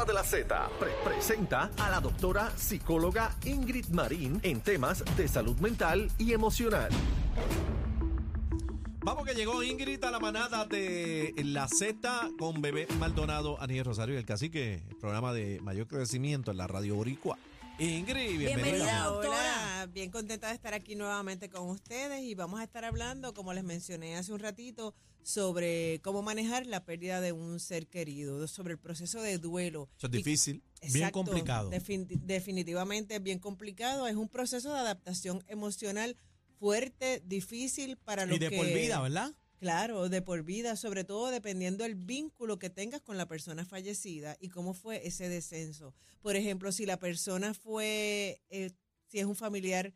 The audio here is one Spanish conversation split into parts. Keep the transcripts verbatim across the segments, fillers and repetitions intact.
Manada de la Z pre- presenta a la doctora psicóloga Ingrid Marín en temas de salud mental y emocional. Vamos que llegó Ingrid a la manada de la Z con Bebé Maldonado, Aniel Rosario y el Cacique, el programa de mayor crecimiento en la radio boricua. Ingrid, bienvenida. Bienvenida, doctora. Bien contenta de estar aquí nuevamente con ustedes y vamos a estar hablando, como les mencioné hace un ratito, sobre cómo manejar la pérdida de un ser querido, sobre el proceso de duelo. Eso es difícil, y, bien exacto, complicado. Defin, definitivamente es bien complicado. Es un proceso de adaptación emocional fuerte, difícil para los que... Y de por vida, ¿verdad? Claro, de por vida, sobre todo dependiendo del vínculo que tengas con la persona fallecida y cómo fue ese descenso. Por ejemplo, si la persona fue, eh, si es un familiar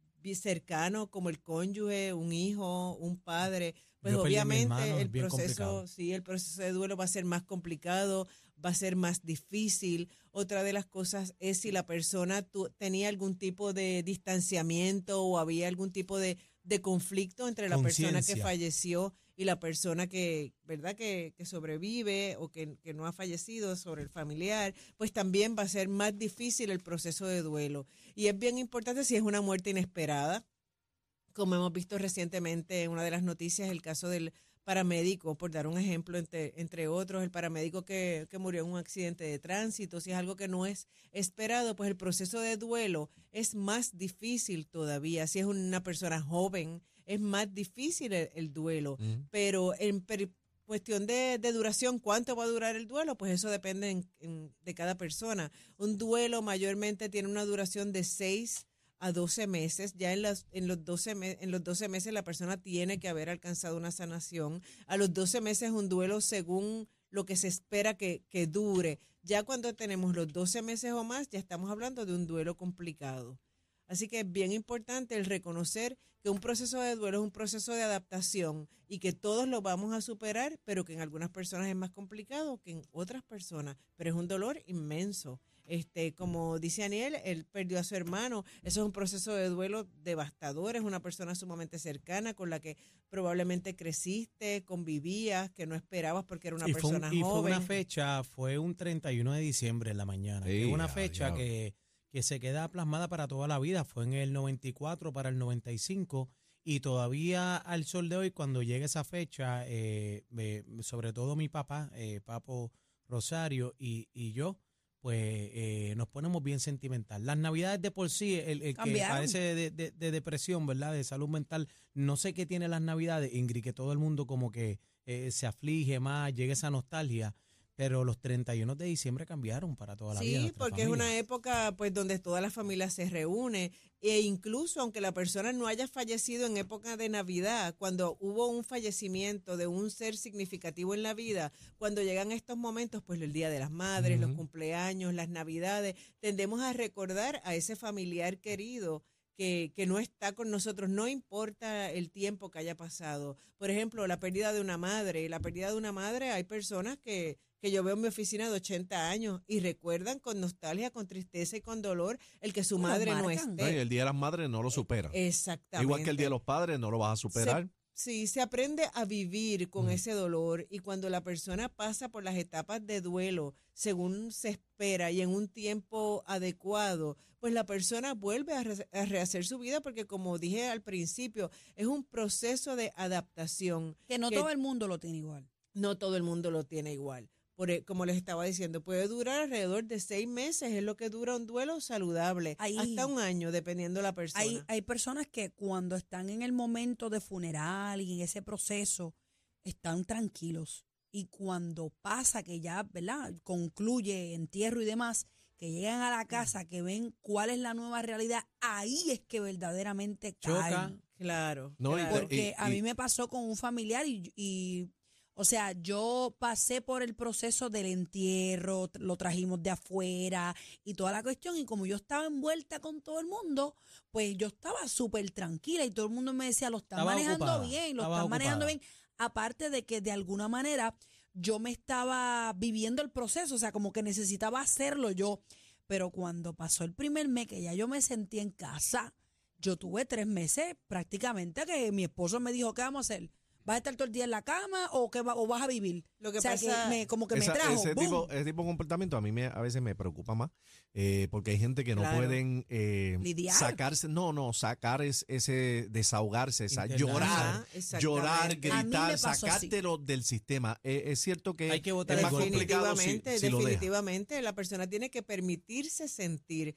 cercano como el cónyuge, un hijo, un padre, pues Yo obviamente hermano, el bien proceso, complicado. sí, el proceso de duelo va a ser más complicado, va a ser más difícil. Otra de las cosas es si la persona tu, tenía algún tipo de distanciamiento o había algún tipo de, de conflicto entre la persona que falleció y la persona que, ¿verdad?, que, que sobrevive o que, que no ha fallecido, sobre el familiar, pues también va a ser más difícil el proceso de duelo. Y es bien importante si es una muerte inesperada, como hemos visto recientemente en una de las noticias, el caso del paramédico, por dar un ejemplo entre, entre otros, el paramédico que, que murió en un accidente de tránsito. Si es algo que no es esperado, pues el proceso de duelo es más difícil todavía. Si es una persona joven, es más difícil el, el duelo. Uh-huh. Pero en per, cuestión de, de duración, ¿cuánto va a durar el duelo? Pues eso depende en, en, de cada persona. Un duelo mayormente tiene una duración de seis a doce meses. Ya en, las, en, los doce me, en los doce meses la persona tiene que haber alcanzado una sanación. A los doce meses un duelo según lo que se espera que, que dure. Ya cuando tenemos los doce meses o más, ya estamos hablando de un duelo complicado. Así que es bien importante el reconocer que un proceso de duelo es un proceso de adaptación y que todos lo vamos a superar, pero que en algunas personas es más complicado que en otras personas. Pero es un dolor inmenso. Este, como dice Aniel, él perdió a su hermano. Eso es un proceso de duelo devastador. Es una persona sumamente cercana con la que probablemente creciste, convivías, que no esperabas porque era una y persona fue un, joven. Y fue una fecha, fue un treinta y uno de diciembre en la mañana. Sí, que es una fecha ya, que, que se queda plasmada para toda la vida. Fue en el noventa y cuatro para el noventa y cinco. Y todavía al sol de hoy, cuando llega esa fecha, eh, eh, sobre todo mi papá, eh, Papo Rosario y, y yo, pues eh, nos ponemos bien sentimental. Las navidades de por sí, el, el que padece de, de, de depresión, ¿verdad?, de salud mental, no sé qué tiene las navidades, Ingrid, que todo el mundo como que eh, se aflige más, llega esa nostalgia, pero los treinta y uno de diciembre cambiaron para toda la sí, vida. Sí, porque familia. Es una época pues donde toda la familia se reúne e incluso aunque la persona no haya fallecido en época de Navidad, cuando hubo un fallecimiento de un ser significativo en la vida, cuando llegan estos momentos, pues el Día de las Madres, uh-huh. los cumpleaños, las Navidades, tendemos a recordar a ese familiar querido Que, que no está con nosotros, no importa el tiempo que haya pasado. Por ejemplo, la pérdida de una madre. La pérdida de una madre, hay personas que, que yo veo en mi oficina de ochenta años y recuerdan con nostalgia, con tristeza y con dolor el que su madre no esté. No, y el Día de las Madres no lo supera. Exactamente. Igual que el Día de los Padres no lo vas a superar. Se, sí, se aprende a vivir con mm. ese dolor y cuando la persona pasa por las etapas de duelo según se espera y en un tiempo adecuado, pues la persona vuelve a, re, a rehacer su vida porque como dije al principio, es un proceso de adaptación. Que no que todo el mundo lo tiene igual. No todo el mundo lo tiene igual. Por, como les estaba diciendo, puede durar alrededor de seis meses, es lo que dura un duelo saludable, hay, hasta un año, dependiendo de la persona. Hay, hay personas que cuando están en el momento de funeral y en ese proceso, están tranquilos. Y cuando pasa que ya, ¿verdad?, concluye entierro y demás, que llegan a la casa, que ven cuál es la nueva realidad, ahí es que verdaderamente caen. Choca, claro. No, claro. Porque y, y, a mí me pasó con un familiar y... y O sea, yo pasé por el proceso del entierro, lo trajimos de afuera y toda la cuestión. Y como yo estaba envuelta con todo el mundo, pues yo estaba súper tranquila y todo el mundo me decía, lo están manejando ocupada, bien, lo están manejando bien. Aparte de que de alguna manera yo me estaba viviendo el proceso, o sea, como que necesitaba hacerlo yo. Pero cuando pasó el primer mes que ya yo me sentí en casa, yo tuve tres meses prácticamente que mi esposo me dijo, ¿qué vamos a hacer? ¿Vas a estar todo el día en la cama o, que va, o vas a vivir? Lo que o sea, pasa- que me, como que Esa- me trajo. ese, ¡boom! tipo, ese tipo de comportamiento a mí me, a veces me preocupa más, eh, porque hay gente que no Claro. pueden eh, Lidiar. sacarse, no, no, sacar es, ese, desahogarse, esa, Internar. llorar, Ajá, exactamente. llorar, A mí me gritar, pasó así. sacártelo del sistema. Eh, es cierto que Hay que botar es el más golpe. complicado si, Definitivamente, si lo deja. definitivamente la persona tiene que permitirse sentir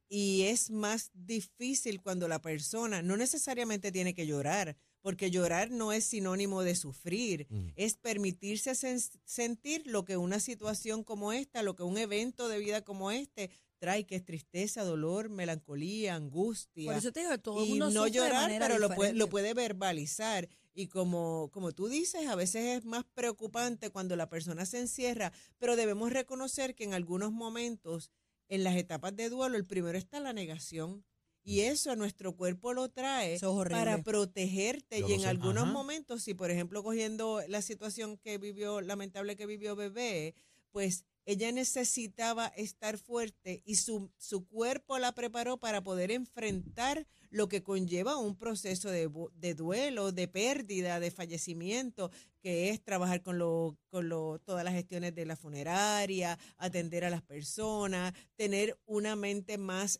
y es más difícil cuando la persona no necesariamente tiene que llorar, porque llorar no es sinónimo de sufrir, Mm. es permitirse sen- sentir lo que una situación como esta, lo que un evento de vida como este trae, que es tristeza, dolor, melancolía, angustia. Por eso te digo, todo el y mundo no sufre de llorar, manera pero lo puede, diferente. lo puede verbalizar. Y como, como tú dices, a veces es más preocupante cuando la persona se encierra, pero debemos reconocer que en algunos momentos, en las etapas de duelo, el primero está la negación. Y eso nuestro cuerpo lo trae Eso es horrible. para protegerte. Yo Y lo en sé. algunos Ajá. momentos, si por ejemplo cogiendo la situación que vivió, lamentable que vivió Bebé, pues ella necesitaba estar fuerte y su, su cuerpo la preparó para poder enfrentar lo que conlleva un proceso de, bu- de duelo, de pérdida, de fallecimiento, que es trabajar con, lo, con lo, todas las gestiones de la funeraria, atender a las personas, tener una mente más,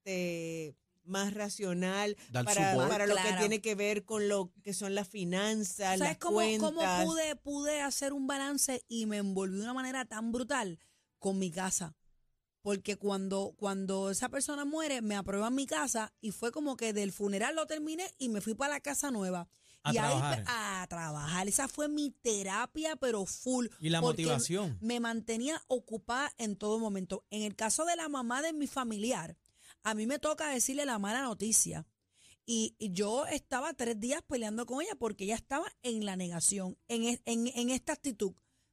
este, más racional Dar para, support. para lo que Clara. tiene que ver con lo que son las finanzas, ¿Sabes las cómo, cuentas. cómo pude, pude hacer un balance y me envolví de una manera tan brutal con mi casa? Porque cuando, cuando esa persona muere, me aprueban mi casa y fue como que del funeral lo terminé y me fui para la casa nueva. A y trabajar. ahí a trabajar. Esa fue mi terapia, pero full. Y la porque motivación. Me mantenía ocupada en todo momento. En el caso de la mamá de mi familiar, a mí me toca decirle la mala noticia. Y, y yo estaba tres días peleando con ella porque ella estaba en la negación, en, es- en, en esta actitud.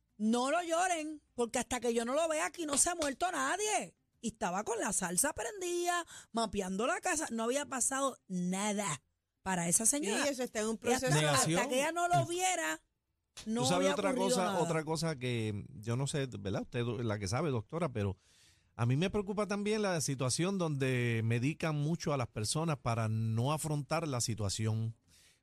No lo lloren, porque hasta que yo no lo vea aquí no se ha muerto nadie. Y estaba con la salsa prendida, mapeando la casa. No había pasado nada para esa Sí, señora. eso está en un Ella proceso. estaba- Negación. hasta que ella no lo viera, no Tú sabes había otra ocurrido cosa, nada. otra cosa que yo no sé, ¿verdad? Usted es la que sabe, doctora, pero a mí me preocupa también la situación donde medican mucho a las personas para no afrontar la situación,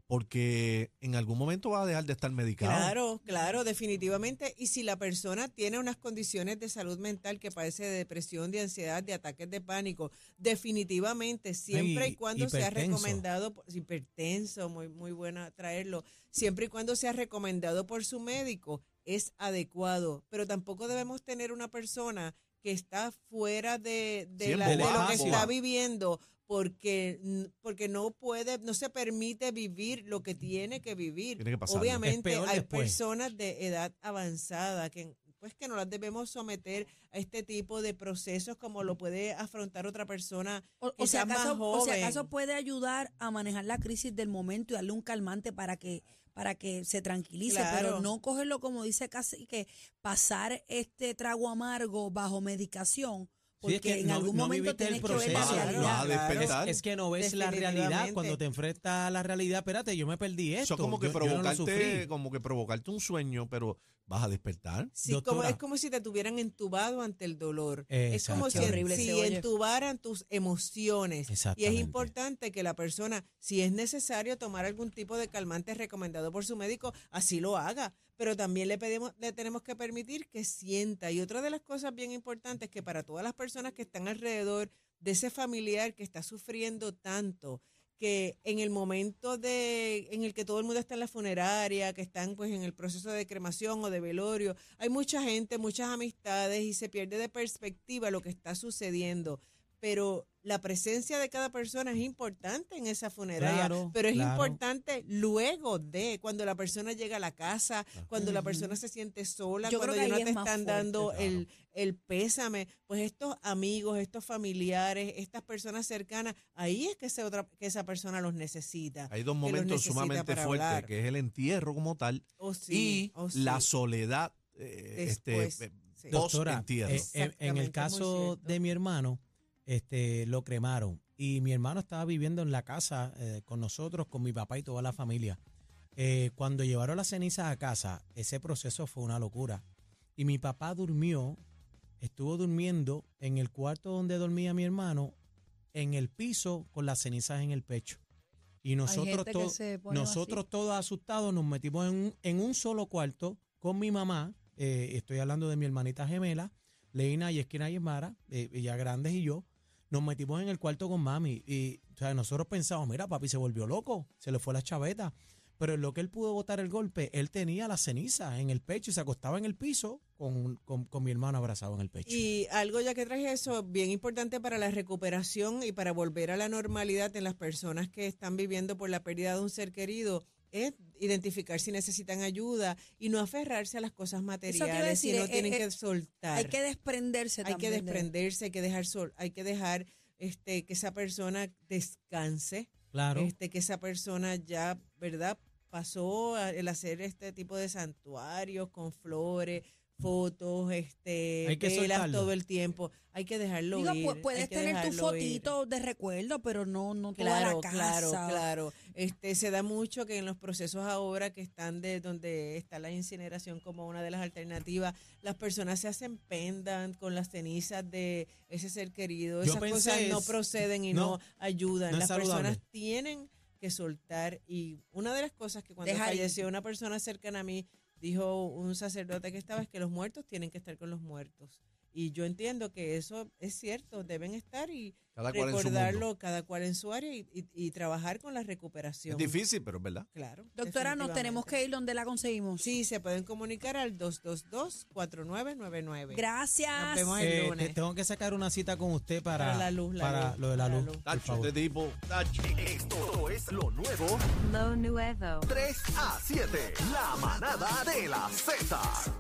porque en algún momento va a dejar de estar medicado. Claro, claro, definitivamente. Y si la persona tiene unas condiciones de salud mental que padece de depresión, de ansiedad, de ataques de pánico, definitivamente, siempre Ay, y cuando sea hipertenso. recomendado, por- hipertenso, muy, muy buena traerlo, siempre y cuando sea recomendado por su médico, es adecuado. Pero tampoco debemos tener una persona que está fuera de, de, Sí, la- de lo que embobada. está viviendo porque, porque no puede, no se permite vivir lo que tiene que vivir. Tiene que pasarlo. Obviamente Es peor hay después. personas de edad avanzada que pues que no las debemos someter a este tipo de procesos como lo puede afrontar otra persona O, que o sea, sea más acaso, o sea, joven. acaso puede ayudar a manejar la crisis del momento y darle un calmante para que para que se tranquilice, Claro. pero no cogerlo como dice casi que pasar este trago amargo bajo medicación, porque es que en no- algún no momento viviste el tienes que ver la proceso. Va- realidad. va a Claro. despertar. Es que no ves la realidad Definitivamente. cuando te enfrentas a la realidad. Espérate, yo me perdí esto. Eso es como que yo- yo no lo provocarte, sufrí. como que provocarte un sueño, pero vas a despertar. Sí, como, Doctora. es como si te tuvieran entubado ante el dolor. Es como si, Exacto. Qué horrible si se oye. entubaran tus emociones. Y es Exactamente. importante que la persona, si es necesario tomar algún tipo de calmante recomendado por su médico, así lo haga. Pero también le, pedimos, le tenemos que permitir que sienta. Y otra de las cosas bien importantes es que para todas las personas que están alrededor de ese familiar que está sufriendo tanto, que en el momento de en el que todo el mundo está en la funeraria, que están pues en el proceso de cremación o de velorio, hay mucha gente, muchas amistades y se pierde de perspectiva lo que está sucediendo. Pero la presencia de cada persona es importante en esa funeraria, Claro, pero es claro. importante luego de, cuando la persona llega a la casa, cuando la persona se siente sola, Yo creo cuando que ya no ahí te es más están fuerte, dando claro. el, el pésame, pues estos amigos, estos familiares, estas personas cercanas, ahí es que, ese otra, que esa persona los necesita. Hay dos que los momentos necesita sumamente para fuertes, hablar. que es el entierro como tal Oh, sí, y oh, sí. la soledad eh, Después, este, sí. post Doctora, entierro. eh, eh, en Exactamente, el muy caso cierto. de mi hermano, este, lo cremaron y mi hermano estaba viviendo en la casa eh, con nosotros, con mi papá y toda la familia. Eh, cuando llevaron las cenizas a casa, ese proceso fue una locura. Y mi papá durmió, estuvo durmiendo en el cuarto donde dormía mi hermano, en el piso con las cenizas en el pecho. Y nosotros, gente que todos, se pone nosotros así. todos asustados nos metimos en un, en un solo cuarto con mi mamá. Eh, estoy hablando de mi hermanita gemela, Leina y Esquina y Esmara, eh, ya grandes y yo. Nos metimos en el cuarto con mami. Y o sea, nosotros pensamos, mira, papi se volvió loco, se le fue la chaveta. Pero en lo que él pudo botar el golpe, él tenía la ceniza en el pecho y se acostaba en el piso con, con, con mi hermano abrazado en el pecho. Y algo ya que traje eso, bien importante para la recuperación y para volver a la normalidad en las personas que están viviendo por la pérdida de un ser querido, es identificar si necesitan ayuda y no aferrarse a las cosas materiales, decir, sino eh, tienen eh, que soltar. Hay que desprenderse Hay también. que de- desprenderse, hay que dejar sol, hay que dejar este que esa persona descanse, Claro. este que esa persona ya, ¿verdad? Pasó a- el hacer este tipo de santuarios con flores, fotos, este, Hay que velas soltarlo. todo el tiempo. Hay que dejarlo Digo, ir. pu- hay puedes que tener tu dejarlo ir. fotito de recuerdo, pero no, no toda Claro, la casa. claro, claro. Este, se da mucho que en los procesos ahora que están de donde está la incineración como una de las alternativas, las personas se hacen pendant con las cenizas de ese ser querido. Yo Esas pensé cosas no es- proceden y no, no, ayudan. no es las saludable. personas tienen que soltar. Y una de las cosas que cuando Dejar ir. falleció una persona cercana a mí, dijo un sacerdote que estaba, es que los muertos tienen que estar con los muertos. Y yo entiendo que eso es cierto, deben estar y Cada cual en su recordarlo mundo. cada cual en su área y, y- y trabajar con la Es recuperación. difícil, pero es verdad. Claro. Doctora, nos tenemos que ir donde la conseguimos. Sí, se pueden comunicar al dos dos dos, cuatro nueve nueve nueve. Gracias. Nos vemos el Eh, lunes. te- tengo que sacar una cita con usted para, Para la luz, la para luz, lo de la la luz. luz. por Tacho, favor. este tipo, tacho. Esto es lo nuevo Lo nuevo. tres a siete. La manada de la Z.